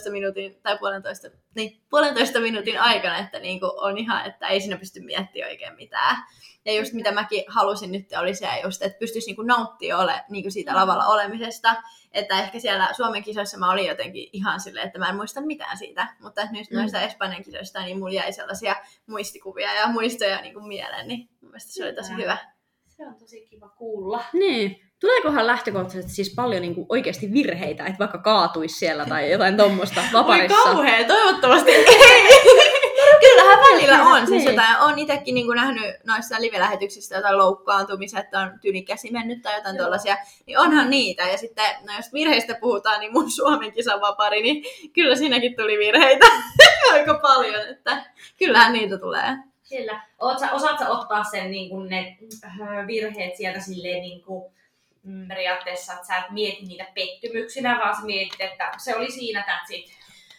puolentoista minuutin aikana, että niinku on ihan, että ei siinä pysty miettimään oikein mitään. Ja just mitä mäkin halusin nyt oli se just, että pystyisi niinku nauttia niinku siitä lavalla olemisesta. Että ehkä siellä Suomen kisoissa mä olin jotenkin ihan silleen, että mä en muista mitään siitä. Mutta nyt noista Espanjan kisoista, niin mulla jäi sellaisia muistikuvia ja muistoja niinku mieleen. Niin mun mielestä se oli tosi hyvä. Se on tosi kiva kuulla. Niin. Tuleekohan lähtökohtaisesti siis paljon niinku oikeasti virheitä, että vaikka kaatuisi siellä tai jotain tommosta vaparissa? Oi kauhea, toivottavasti ei. Kyllähän välillä on siis jotain. Olen itsekin niin nähnyt noissa live-lähetyksistä jotain loukkaantumisia, että on tyylikäsi mennyt tai jotain tollaisia. Niin onhan niitä. Ja sitten, no jos virheistä puhutaan, niin mun Suomen kisavapari, niin kyllä siinäkin tuli virheitä aika paljon. Että kyllähän niitä tulee. Kyllä. Osaatko ottaa sen, niin kuin ne virheet sieltä silleen niin kuin, periaatteessa, että sä et mieti niitä pettymyksinä, vaan sä mietit, että se oli siinä, that's it.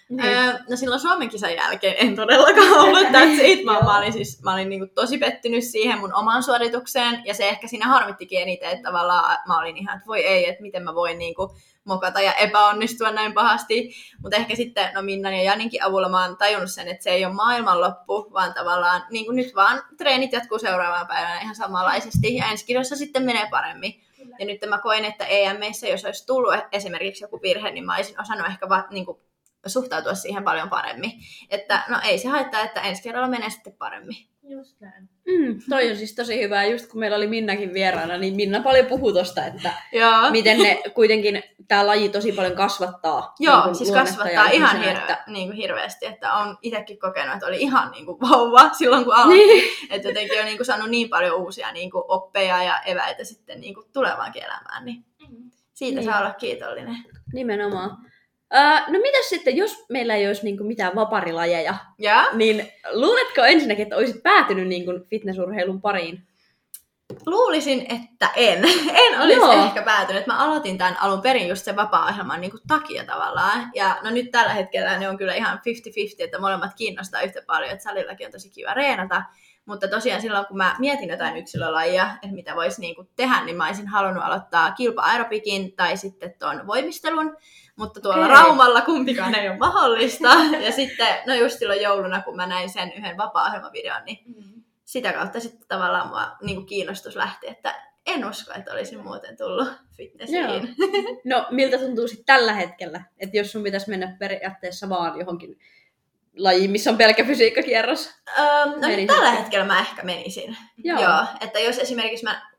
No silloin Suomen kisan jälkeen en todellakaan ollut that's it. Mä olin niinku tosi pettynyt siihen mun omaan suoritukseen ja se ehkä siinä harmittikin eniten, että tavallaan mä olin ihan, että voi ei, että miten mä voin niinku mokata ja epäonnistua näin pahasti. Mutta ehkä sitten Minnan ja Janinkin avulla mä oon tajunnut sen, että se ei ole maailmanloppu, vaan tavallaan niin kuin nyt vaan treenit jatkuu seuraavana päivänä ihan samanlaisesti ja ensi kisoissa sitten menee paremmin. Kyllä. Ja nyt mä koen, että EM:issä, jos olisi tullut esimerkiksi joku virhe, niin mä olisin osannut ehkä niin kuin suhtautua siihen paljon paremmin. Että no ei se haittaa, että ensi kerralla menee sitten paremmin. Just näin. Toi on siis tosi hyvä. Just kun meillä oli Minnakin vieraana, niin Minna paljon puhui tosta, että miten ne kuitenkin tää laji tosi paljon kasvattaa. Joo, niin siis kasvattaa ihan hirveästi. Että on itsekin kokenut, että oli ihan niin kuin vauva silloin kun aloitti. Niin. Että jotenkin on niin kuin saanut niin paljon uusia niin kuin oppeja ja eväitä sitten niin kuin tulevaankin elämään. Niin siitä saa olla kiitollinen. Nimenomaan. No mitäs sitten, jos meillä ei olisi niinku mitään vaparilajeja, niin luuletko ensinnäkin, että olisit päätynyt niinku fitnessurheilun pariin? Luulisin, että en olisi ehkä päätynyt. Mä aloitin tämän alun perin just sen vapaa-ohjelman niin kuin takia tavallaan. Ja no nyt tällä hetkellä ne on kyllä ihan 50-50, että molemmat kiinnostaa yhtä paljon, että salillakin on tosi kiva reenata. Mutta tosiaan silloin, kun mä mietin jotain yksilölajia, että mitä voisi niinku tehdä, niin mä olisin halunnut aloittaa kilpa-aerobikin tai sitten tuon voimistelun. Mutta tuolla Raumalla kumpikaan ei ole mahdollista. Ja sitten, no just silloin jouluna, kun mä näin sen yhden vapaa-ohjelmavideon, niin sitä kautta sitten tavallaan mua niinku kiinnostus lähti, että en usko, että olisin muuten tullut fitnessiin. No miltä tuntuu sitten tällä hetkellä, että jos sun pitäisi mennä periaatteessa vaan johonkin lajiin, missä on pelkkä fysiikkakierros? No tällä hetkellä mä ehkä menisin. Joo. Että jos esimerkiksi mä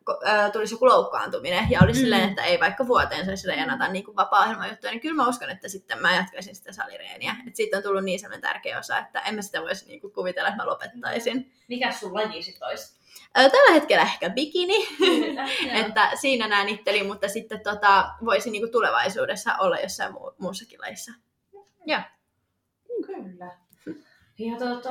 tulisi joku loukkaantuminen ja oli silleen, että ei vaikka vuoteen saisi reenata niin kuin vapaa-ohjelman juttuja, niin kyllä mä uskon, että sitten mä jatkaisin sitä salireeniä. Että siitä on tullut niin sellainen tärkeä osa, että en mä sitä voisi niin kuin kuvitella, että mä lopettaisin. Mikä sun laji sit olisi? Tällä hetkellä ehkä bikini, että siinä näen itteli, mutta sitten voisi niin kuin tulevaisuudessa olla jossain muussakin lajissa. Ja. Kyllä. Ja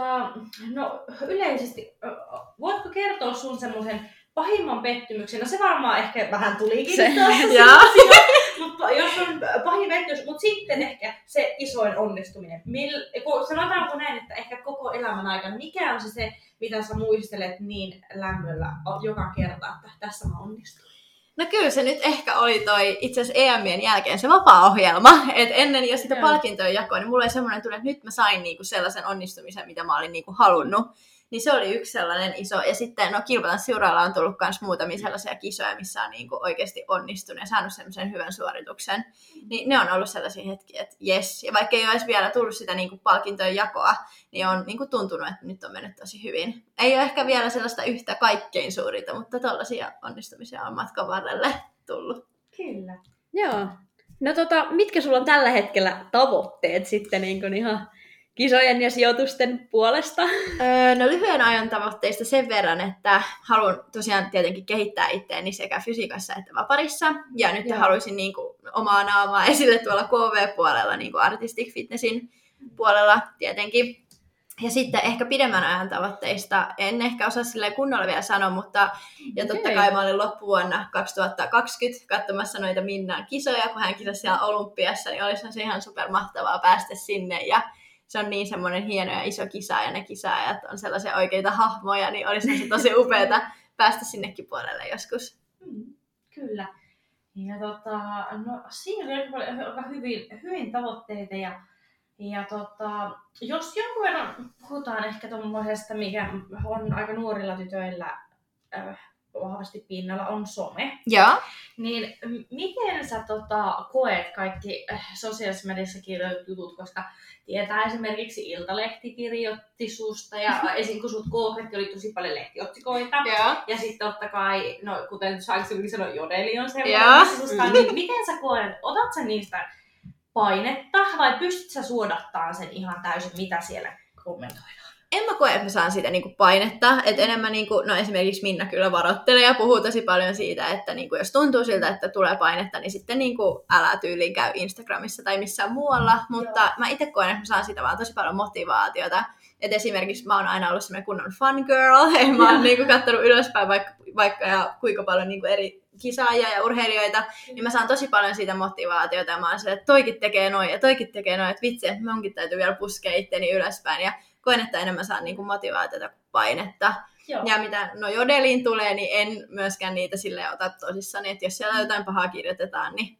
no yleisesti, voitko kertoa sun semmoisen pahimman pettymyksen? No se varmaan ehkä vähän tulikin tässä, mutta jos on pahin pettymys, mutta sitten ehkä se isoin onnistuminen. Sanotaanko näin, että ehkä koko elämän aikana, mikä on se, mitä sä muistelet niin lämmöllä joka kerta, että tässä mä onnistuin? No kyllä se nyt ehkä oli toi itse asiassa EM:ien jälkeen se vapaa-ohjelma. Et ennen jo sitä palkintojen jakoa, niin mulla oli semmoinen tunne, että nyt mä sain niinku sellaisen onnistumisen, mitä mä olin niinku halunnut. Niin se oli yksi sellainen iso. Ja sitten kilpatansseuralla on tullut myös muutamia sellaisia kisoja, missä on niinku oikeasti onnistunut ja saanut semmoisen hyvän suorituksen. Niin ne on ollut sellaisia hetkiä, että jes. Ja vaikka ei olisi vielä tullut sitä niinku palkintojen jakoa, niin on niinku tuntunut, että nyt on mennyt tosi hyvin. Ei ole ehkä vielä sellaista yhtä kaikkein suurinta, mutta tollaisia onnistumisia on matkan varrelle tullut. Kyllä. Joo. No mitkä sulla on tällä hetkellä tavoitteet sitten niin ihan kisojen ja sijoitusten puolesta? No lyhyen ajan tavoitteista sen verran, että haluan tosiaan tietenkin kehittää itseäni sekä fysiikassa että vaparissa. Ja nyt haluaisin niin kuin omaa naamaa esille tuolla KV-puolella, niin kuin artistic fitnessin puolella tietenkin. Ja sitten ehkä pidemmän ajan tavoitteista en ehkä osaa silleen kunnolla vielä sanoa, mutta ja totta kai mä olin loppuvuonna 2020 katsomassa noita Minnan kisoja, kun hän kisasi siellä Olympiassa, niin olisi se ihan supermahtavaa päästä sinne. Ja se on niin semmoinen hieno ja iso kisa ja ne kisaajat on sellaisia oikeita hahmoja, niin olisi se tosi upeata päästä sinnekin puolelle joskus. Kyllä. Ja no siinä oli aika hyvin tavoitteita ja jos jonkun verran puhutaan ehkä tuommoisesta, mikä on aika nuorilla tytöillä vahvasti pinnalla, on some. Ja. Niin miten sä koet kaikki sosiaalisessa mediassa kirjoitut jutut, koska tietää esimerkiksi Iltalehti kirjoitti susta ja esim. Kun sut kookretti, oli tosi paljon lehtiotsikoita. Ja sitten totta kai, no kuten aikaisemmin sanoin, Jodeli on semmoinen susta, niin miten sä koet, otat sä niistä painetta vai pystyt sä suodattamaan sen ihan täysin, mitä siellä kommentoidaan? En mä koe, että mä saan siitä niinku painetta. Et enemmän niinku, no esimerkiksi Minna kyllä varoittelee ja puhuu tosi paljon siitä, että niinku, jos tuntuu siltä, että tulee painetta, niin sitten niinku, älä tyyliin käy Instagramissa tai missään muualla. Mutta mä itse koen, että mä saan siitä vaan tosi paljon motivaatiota. Et esimerkiksi mä oon aina ollut semmoinen kunnon fun girl. Mä oon niinku, kattonut ylöspäin vaikka ja kuinka paljon niinku, eri kisaajia ja urheilijoita, niin mä saan tosi paljon siitä motivaatiota ja mä oon silleen, että toikin tekee noin ja toikin tekee noin, että vitsi, että munkin täytyy vielä puskea itteni ylöspäin ja koen, että enemmän saan niinku motivaatiota kuin painetta. Joo. Ja mitä Jodeliin tulee, niin en myöskään niitä silleen ota tosissani, että jos siellä jotain pahaa kirjoitetaan, niin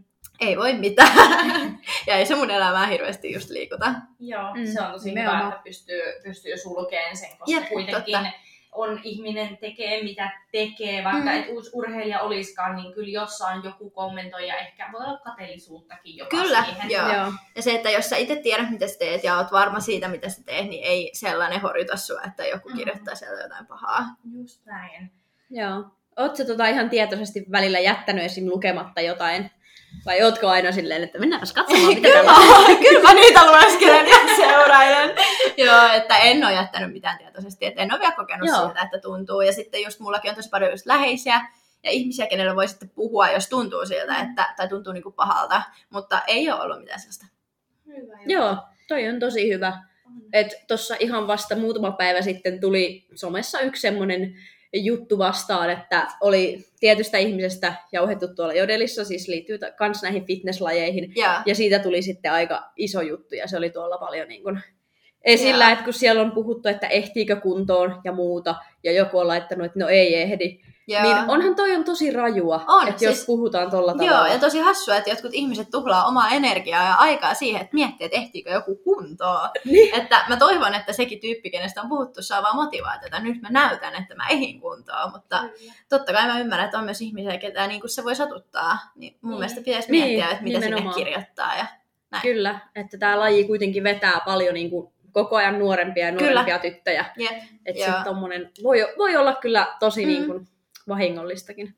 ei voi mitään. Ja ei se mun elämää hirveästi just liikuta. Joo, se on tosi hyvä, että pystyy sulkemaan sen, koska kuitenkin on ihminen tekee mitä tekee, vaikka et urheilija olisikaan, niin kyllä jossain joku kommentoi ja ehkä voi olla kateellisuuttakin jopa kyllä, siihen. Joo. Ja se, että jos sä itse tiedät, mitä sä teet ja oot varma siitä, mitä sä teet, niin ei sellainen horjuta sua, että joku kirjoittaa sieltä jotain pahaa. Just näin. Joo. Oot sä ihan tietoisesti välillä jättänyt esim. Lukematta jotain? Vai ootko aina silleen, että mennäänpäs katsomaan, mitä täällä on? Kyllä mä niitä lueskelen ja seurailen. Joo, että en ole jättänyt mitään tietoisesti, että en ole vielä kokenut siltä, että tuntuu. Ja sitten just mullakin on tosi paljon just läheisiä ja ihmisiä, kenelle voi sitten puhua, jos tuntuu siltä, tai tuntuu niinku pahalta. Mutta ei ole ollut mitään sellaista. Hyvä, joo, toi on tosi hyvä. Että tuossa ihan vasta muutama päivä sitten tuli somessa yksi semmoinen juttu vastaan, että oli tietystä ihmisestä jauhettu tuolla Jodelissa, siis liittyy myös näihin fitnesslajeihin, ja siitä tuli sitten aika iso juttu, ja se oli tuolla paljon niin kuin esillä, että kun siellä on puhuttu, että ehtiikö kuntoon ja muuta, ja joku on laittanut, että no ei ehdi, niin onhan toi on tosi rajua, että siis, jos puhutaan tolla tavalla. Joo, ja tosi hassua, että jotkut ihmiset tuhlaa omaa energiaa ja aikaa siihen, että miettii, että ehtiikö joku kuntoon. Niin. Että mä toivon, että sekin tyyppi, kenestä on puhuttu, saa vaan motivaatiota. Nyt mä näytän, että mä ehdin kuntoon, mutta totta kai mä ymmärrän, että on myös ihmisiä, ketä niin se voi satuttaa. Niin mun mielestä pitäisi miettiä, että mitä sinne kirjoittaa. Ja näin. Kyllä, että tää laji kuitenkin vetää paljon niin kuin koko ajan nuorempia ja nuorempia tyttöjä. Että sitten tommonen voi olla kyllä tosi niin kuin vahingollistakin.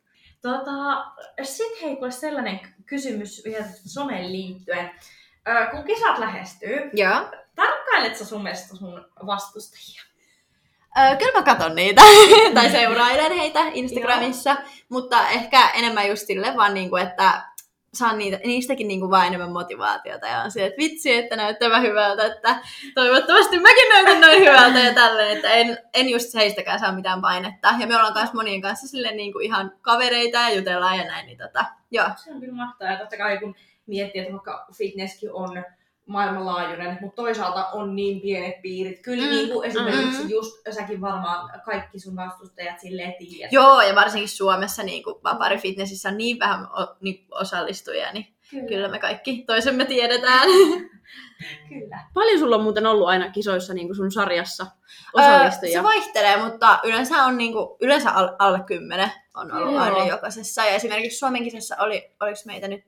Sitten hei, kuule sellainen kysymys vielä someen liittyen. Kun kisat lähestyy, Joo. tarkkailet sä somesta sun vastustajia? Kyllä mä katon niitä, tai seurailen heitä Instagramissa, mutta ehkä enemmän just silleen vaan, niinku, että saan niistäkin niinku vaan enemmän motivaatiota ja on se, että vitsi, että näyttää hyvältä, että toivottavasti mäkin näytän noin hyvältä ja tälleen, että en just heistäkään saa mitään painetta. Ja me ollaan myös monien kanssa silleen niinku ihan kavereita ja jutellaan ja näin, niin joo. Se on kyllä mahtavaa ja totta kai kun miettii, että vaikka fitnesskin on maailmanlaajuinen, mutta toisaalta on niin pienet piirit. Kyllä niin kuin esimerkiksi just säkin varmaan kaikki sun vastustajat silleen tiedät. Joo, ja varsinkin Suomessa niin kuin vaparifitnessissä on niin vähän osallistujia, niin kyllä me kaikki toisemme tiedetään. Kyllä. Paljon sulla on muuten ollut aina kisoissa niin kuin sun sarjassa osallistujia? Se vaihtelee, mutta yleensä on yleensä alle 10 on ollut aina jokaisessa. Ja esimerkiksi Suomen kisassa oliko meitä nyt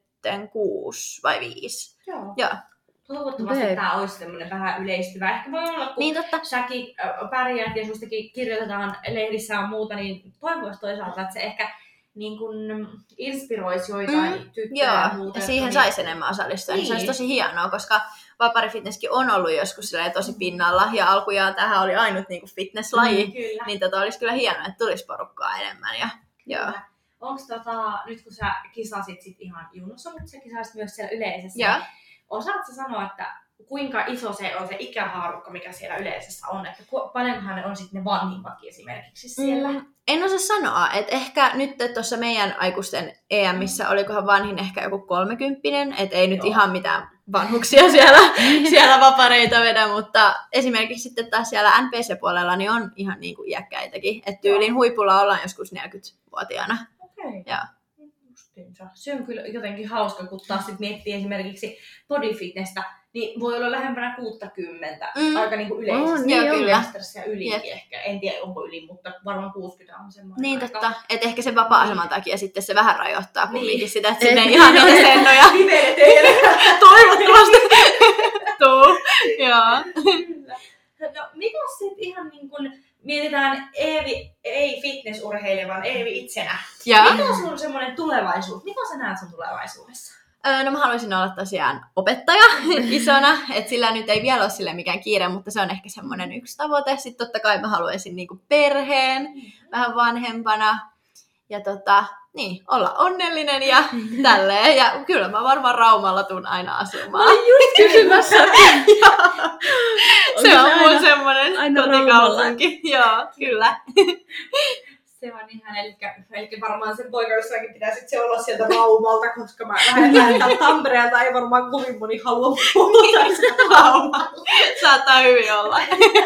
6 vai 5? Joo. Toivottavasti tämä olisi tämmöinen vähän yleistyvä. Ehkä voi olla, kun niin, totta. Säkin pärjäät ja sustakin kirjoitetaan lehdissä ja muuta, niin toivoisi toisaalta, että se ehkä niin kun inspiroisi joitain tyttöjä ja muuta. Ja siihen saisi enemmän osallistua. Niin. Se olisi tosi hienoa, koska vaparifitnesskin on ollut joskus tosi pinnalla. Ja alkujaan tähän oli ainut niin kuin fitnesslaji. Niin olisi kyllä hienoa, että tulisi porukkaa enemmän. Ja, onko nyt kun sä kisasit sit ihan junossa, mutta sä kisasit myös siellä yleisessä, osaatko sanoa, että kuinka iso se on se ikähaarukka, mikä siellä yleisessä on? Että paljonkohan ne on sitten ne vanhimmatkin esimerkiksi siellä? En osaa sanoa. Että ehkä nyt tuossa meidän aikuisten EMissä olikohan vanhin ehkä joku 30, että ei nyt ihan mitään vanhuksia siellä vapareita vedä, mutta esimerkiksi sitten taas siellä NPC-puolella niin on ihan niin kuin iäkkäitäkin. Että tyylin huipulla ollaan joskus 40-vuotiaana. Okei. Joo. Se on kyllä jotenkin hauska, kun taas sit miettii esimerkiksi bodyfitnessä, niin voi olla lähempänä 60, aika niin kuin yleisesti. Ja ylikin ehkä. En tiedä, onko yli, mutta varmaan 60 on semmoinen. Niin totta, että ehkä sen vapaa-aseman takia sitten se vähän rajoittaa kumminkin sitä, että sinne ihan niitä sennoja. Nimelet ei toivottavasti tuu. Joo. No, mikä sitten ihan niin kuin mietitään Eevi, ei fitnessurheilija, vaan Eevi itsenä. Mikä on sun semmoinen tulevaisuus? Mitä sä näet sun tulevaisuudessa? No mä haluaisin olla tosiaan opettaja isona, että sillä nyt ei vielä ole sille mikään kiire, mutta se on ehkä semmoinen yksi tavoite. Sitten totta kai mä haluaisin niinku perheen vähän vanhempana ja olla onnellinen ja tälleen. Ja kyllä mä varmaan Raumalla tuun aina asumaan. Mä just kysymässä. Se on mun semmoinen kotikaupunki. Joo, kyllä. Se on ihan, eli varmaan sen poikaudessakin pitää sitten se olla sieltä Raumalta, koska mä lähdetään Tampereelta, ei varmaan kovin moni halua puhuta sieltä Raumalta. Saattaa hyvin olla.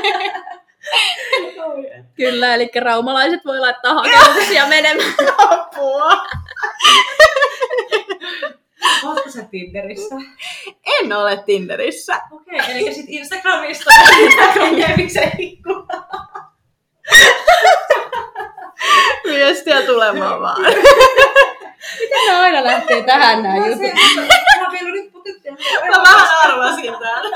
Kyllä, eli raumalaiset voi laittaa hakemuksia menemään. Apua. Oletko sä Tinderissä? En ole Tinderissä. Okei, eli sit Instagramista Eeviksen ikkuna. Viestiä tulemaan vaan. Miten ne aina lähtee tähän nää jutut? Mä vielä nyt potentiaalia. Mä vähän arvasin täällä.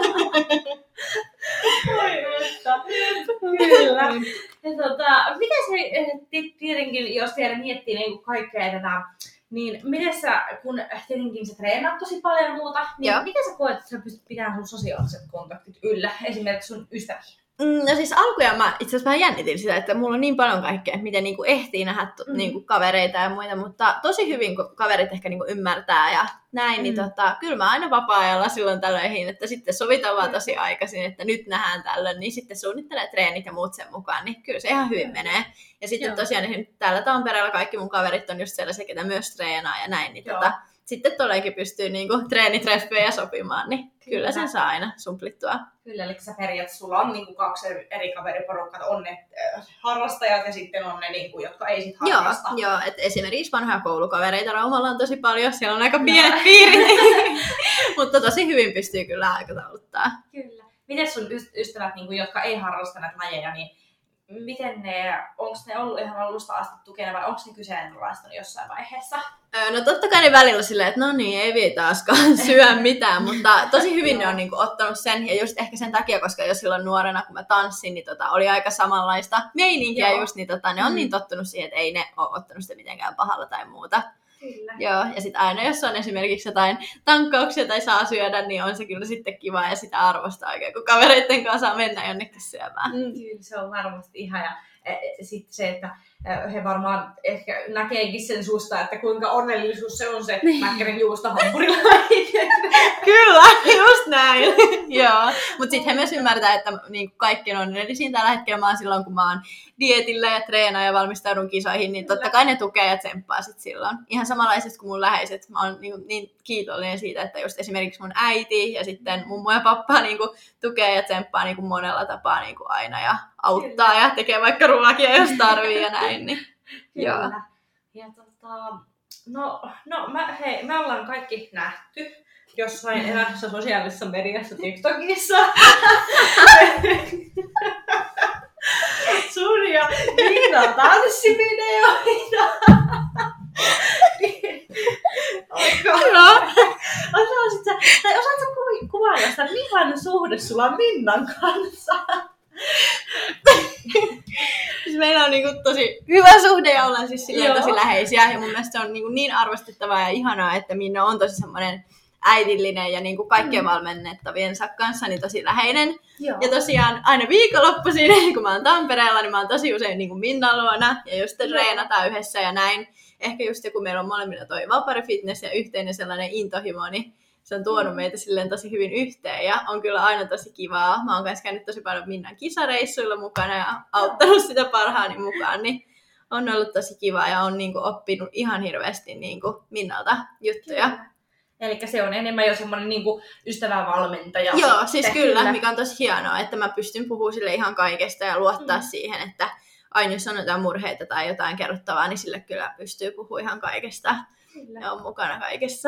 Kyllä. Ja miten se tietenkin, jos vielä miettii niin kaikkea tätä, niin miten sä, kun tietenkin sä treenaat tosi paljon ja muuta, niin miten sä koet, että sä pystyt pitämään sun sosiaaliset kontaktit yllä, esimerkiksi sun ystäviä? No siis alkujaan mä itse asiassa vähän jännitin sitä, että mulla on niin paljon kaikkea, miten niinku ehtii nähdä niinku kavereita ja muita, mutta tosi hyvin kun kaverit ehkä niinku ymmärtää ja näin, niin kyllä mä aina vapaa-ajalla silloin tällöin, että sitten sovitaan vaan tosi aikaisin, että nyt nähdään tällöin, niin sitten suunnittelee treenit ja muut sen mukaan, niin kyllä se ihan hyvin menee. Ja sitten tosiaan niin täällä Tampereella kaikki mun kaverit on just sellaisia, ketä myös treenaa ja näin, niin sitten todellakin pystyy niinku treenitreffejä sopimaan, niin kyllä sen saa aina sumplittua. Kyllä, eli sä periaatteessa sulla on niinku 2 eri kaveriporukkaa, on ne harrastajat ja sitten on ne, niinku, jotka ei sit harrasta. Joo, että esimerkiksi vanhoja koulukavereita Raumalla on tosi paljon, siellä on aika pienet piirit, mutta tosi hyvin pystyy kyllä aikatauluttaa. Kyllä. Miten sun ystävät, niinku, jotka ei harrasta näitä lajeja, niin onko ne ollut ihan alusta asti tukena vai onko ne kyseenalaistanut jossain vaiheessa? No totta kai ne välillä silleen, että no niin, ei taaskaan syö mitään, mutta tosi hyvin ne on niinku ottanut sen, ja just ehkä sen takia, koska jo silloin nuorena, kun mä tanssin, niin oli aika samanlaista meininkiä just, niin ne on niin tottunut siihen, että ei ne ole ottanut sitä mitenkään pahalla tai muuta. Kyllä. Joo, ja sitten aina jos on esimerkiksi jotain tankkauksia tai saa syödä, niin on se kyllä sitten kiva ja sitä arvostaa oikein, kun kavereiden kanssa saa mennä jonnekin syömään. Kyllä se on varmasti ihan, ja sitten se, että he varmaan ehkä näkeekin sen susta, että kuinka onnellisuus se on se Mäkkärin juustohampurilainen. Kyllä, just näin. Joo, mutta sitten he myös ymmärtää, että niin kaikki on onnellisiin tällä hetkellä. Mä oon silloin, kun mä oon dietillä ja treenaan ja valmistaudun kisoihin, niin totta kai ne tukee ja tsemppaa sit silloin. Ihan samanlaisesti kuin mun läheiset. Mä oon niin kiitollinen siitä, että just esimerkiksi mun äiti ja sitten mummo ja pappa niin tukee ja tsemppaa niin monella tapaa niin aina ja auttaa. Kyllä. Ja tekee vaikka ruokia, jos tarvii ja näin. Niin. Kyllä. Joo. Ja me ollaan kaikki nähty jossain erässä sosiaalisessa mediassa TikTokissa. Sun ja Minnan tanssivideoita. Osaatko kuvailla sitä, millainen suhde sulla on Minnan kanssa? Siis meillä on tosi hyvä suhde ja ollaan siis tosi läheisiä. Ja mun mielestä se on niin arvostettavaa ja ihanaa, että Minna on tosi semmoinen äidillinen ja kaikkien valmennettaviensa kanssa niin tosi läheinen. Joo. Ja tosiaan aina viikonloppuisin, kun mä oon Tampereella, niin mä oon tosi usein Minnan luona ja just treenataan yhdessä ja näin. Ehkä just kun meillä on molemmilla toi vaparifitness ja yhteinen sellainen intohimo, niin se on tuonut meitä silleen tosi hyvin yhteen ja on kyllä aina tosi kivaa. Mä oon myös käynyt tosi paljon Minnan kisareissuilla mukana ja auttanut sitä parhaani mukaan, niin on ollut tosi kivaa ja on oppinut ihan hirveästi Minnalta juttuja. Eli se on enemmän jo semmoinen ystävävalmentaja. Joo, siis kyllä, mikä on tosi hienoa, että mä pystyn puhumaan sille ihan kaikesta ja luottaa siihen, että aina jos on jotain murheita tai jotain kerrottavaa, niin sille kyllä pystyy puhumaan ihan kaikesta. Kyllä. Ja on mukana kaikessa.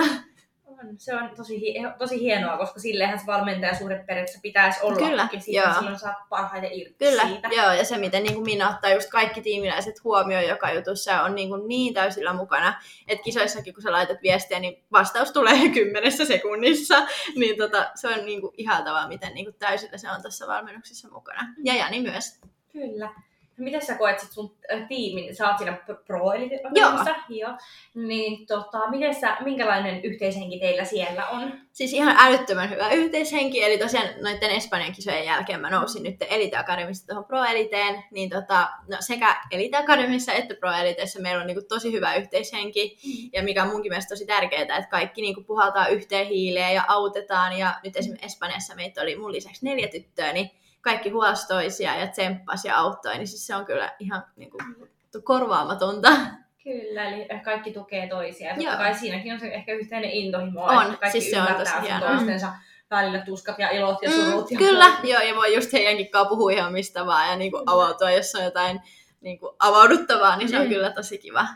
Se on tosi hienoa, koska silleenhän se valmentajasuhde periaatteessa pitäisi olla. Kyllä, joo. Silloin saat parhaiten irti kyllä, siitä. Joo, ja se miten Minna ottaa just kaikki tiimiläiset huomioon joka jutussa ja on niin täysillä mukana, että kisoissakin kun sä laitat viestiä, niin vastaus tulee 10 sekunnissa. Niin se on ihaltavaa, miten täysillä se on tässä valmennuksessa mukana. Ja Jani myös. Kyllä. Miten sä koet sun tiimin, sä oot siinä Pro-Elite-ohjelmassa? Joo. Niin minkälainen yhteishenki teillä siellä on? Siis ihan älyttömän hyvä yhteishenki, eli tosiaan noiden Espanjan kisojen jälkeen mä nousin nyt Elite Academista tuohon Pro-Eliteen, niin sekä Elite Academissa että Pro-Eliteessä meillä on tosi hyvä yhteishenki, ja mikä on munkin mielestä tosi tärkeää, että kaikki puhaltaa yhteen hiileen ja autetaan, ja nyt esimerkiksi Espanjassa meitä oli mun lisäksi 4 tyttöä, niin kaikki huolsi toisia ja tsemppasi ja auttoi, niin siis se on kyllä ihan korvaamatonta. Kyllä, eli kaikki tukee toisia. Ja totta kai siinäkin on se ehkä yhteinen intohimo, on, että kaikki siis se on tosi hienoa. Toistensa välillä tuskat ja ilot ja surut. Kyllä, joo, ja voi just heidänkin kanssa puhua ihan mistä vaan ja avautua, jos on jotain avauduttavaa, niin se on kyllä tosi kiva.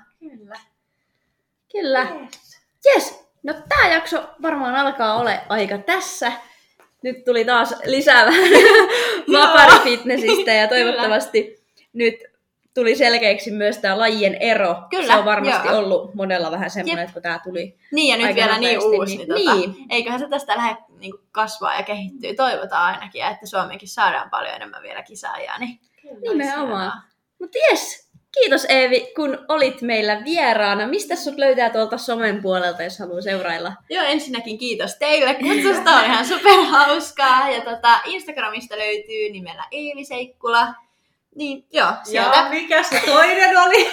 Kyllä. Yes. No tää jakso varmaan alkaa ole aika tässä. Nyt tuli taas lisää vähän vaparifitnessistä ja toivottavasti nyt tuli selkeäksi myös tämä lajien ero. Kyllä, se on varmasti ollut monella vähän semmoinen, että kun tämä tuli niin ja nyt vielä niin uusi, niin eiköhän se tästä lähde kasvaa ja kehittyy. Toivotaan ainakin, että Suomeenkin saadaan paljon enemmän vielä kisaajia. Niin nimenomaan. Mutta jes, kiitos Eevi, kun olit meillä vieraana. Mistä sut löytää tuolta somen puolelta, jos haluaa seurailla? Joo, ensinnäkin kiitos teille kutsusta. On ihan superhauskaa. Ja Instagramista löytyy nimellä Eevi Seikkula. Niin, joo, sieltä. Ja mikä se toinen oli?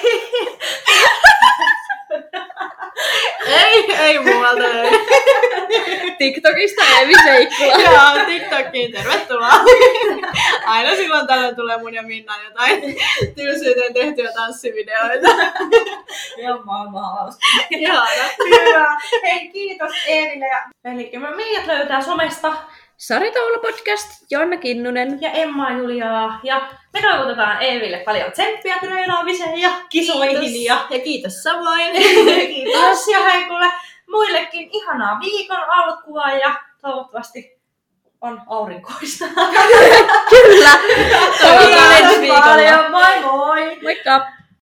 ei muualta löydy. TikTokista Eevi Seikkula. Joo, TikTokiin tervetuloa. Aina silloin tällöin tulee mun ja Minnan jotain tylsyyteen tehtyjä tanssivideoita. Ihan maailman hauska. Hyvä. Hei, kiitos Eeville. Eli meidät löytää somesta. Sari Toula Podcast, Joanna Kinnunen ja Emma Juliaa. Ja me toivotetaan Eeville paljon tsemppiä treenaamiseen ja kisoihin. Ja kiitos samoin. Kiitos ja hei kuule muillekin ihanaa viikon alkua ja toivottavasti on aurinkoista. Kyllä! Tavataan ensi Kiitos viikolla. paljon, moi moi! Moikka!